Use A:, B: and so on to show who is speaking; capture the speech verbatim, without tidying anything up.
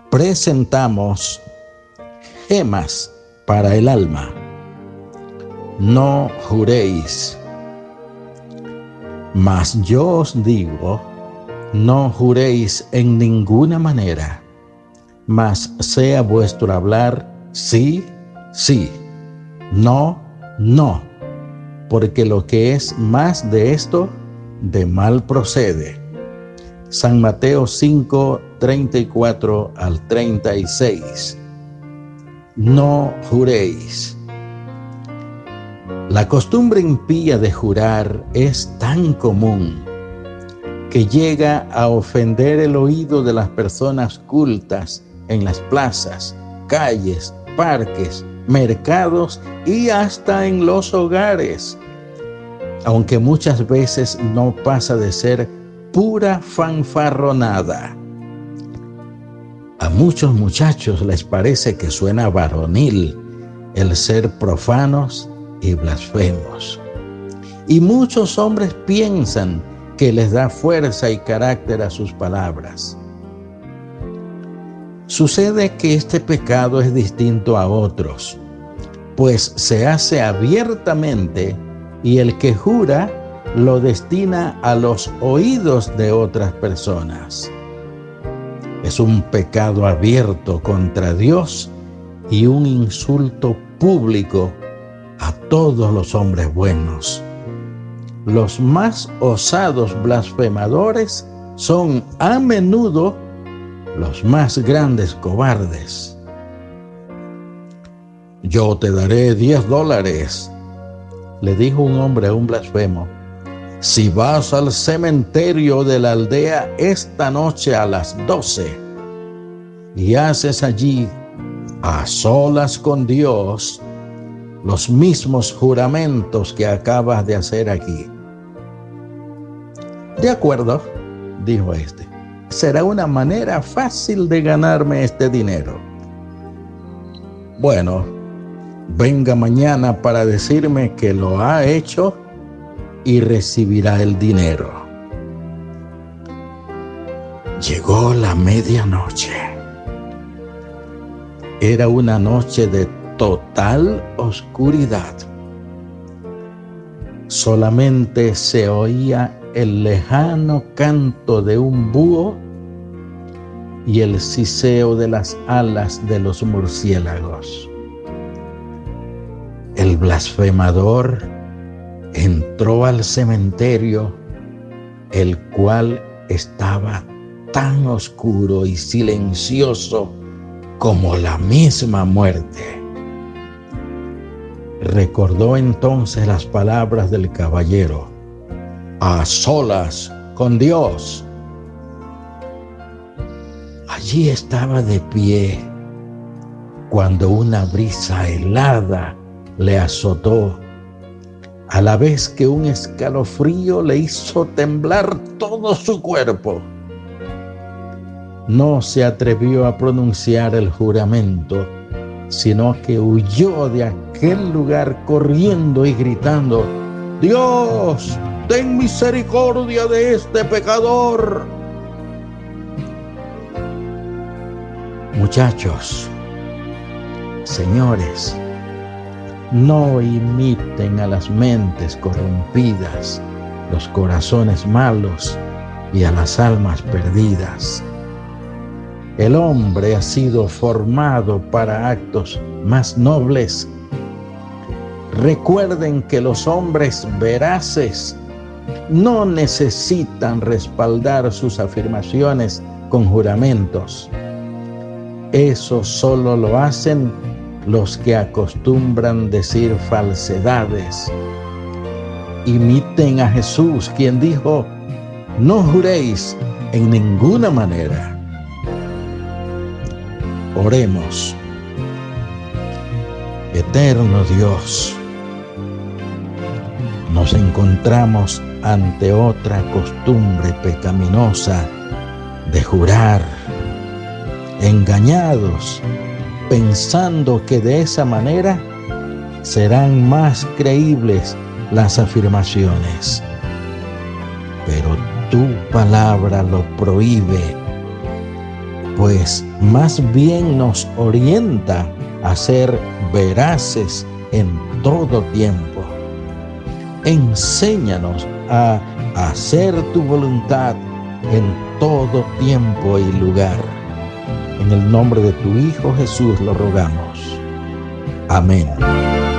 A: presentamos gemas para el alma. No juréis. Mas yo os digo, no juréis en ninguna manera, mas sea vuestro hablar sí, sí, no, no, porque lo que es más de esto, de mal procede. San Mateo cinco, treinta y cuatro al treinta y seis. No juréis. La costumbre impía de jurar es tan común que llega a ofender el oído de las personas cultas en las plazas, calles, parques, mercados y hasta en los hogares, aunque muchas veces no pasa de ser pura fanfarronada. A muchos muchachos les parece que suena varonil el ser profanos y blasfemos. Y muchos hombres piensan que les da fuerza y carácter a sus palabras. Sucede que este pecado es distinto a otros, pues se hace abiertamente y el que jura lo destina a los oídos de otras personas. Es un pecado abierto contra Dios y un insulto público a todos los hombres buenos. Los más osados blasfemadores son a menudo los más grandes cobardes. Yo te daré diez dólares, le dijo un hombre a un blasfemo, si vas al cementerio de la aldea esta noche a las doce y haces allí, a solas con Dios, los mismos juramentos que acabas de hacer aquí. De acuerdo, dijo este, será una manera fácil de ganarme este dinero. Bueno, venga mañana para decirme que lo ha hecho y recibirá el dinero. Llegó la medianoche. Era una noche de total oscuridad. Solamente se oía el lejano canto de un búho y el siseo de las alas de los murciélagos. El blasfemador entró al cementerio, el cual estaba tan oscuro y silencioso como la misma muerte. Recordó entonces las palabras del caballero, a solas con Dios. Allí estaba de pie cuando una brisa helada le azotó, a la vez que un escalofrío le hizo temblar todo su cuerpo. No se atrevió a pronunciar el juramento, sino que huyó de aquel lugar corriendo y gritando, Dios, ten misericordia de este pecador. Muchachos, señores, no imiten a las mentes corrompidas, los corazones malos y a las almas perdidas. El hombre ha sido formado para actos más nobles. Recuerden que los hombres veraces no necesitan respaldar sus afirmaciones con juramentos. Eso solo lo hacen los que acostumbran decir falsedades. Imiten a Jesús, quien dijo, no juréis en ninguna manera. Oremos. Eterno Dios, nos encontramos ante otra costumbre pecaminosa de jurar, engañados, pensando que de esa manera serán más creíbles las afirmaciones. Pero tu palabra lo prohíbe. pues más bien nos orienta a ser veraces en todo tiempo. Enséñanos a hacer tu voluntad en todo tiempo y lugar. En el nombre de tu Hijo Jesús lo rogamos. Amén.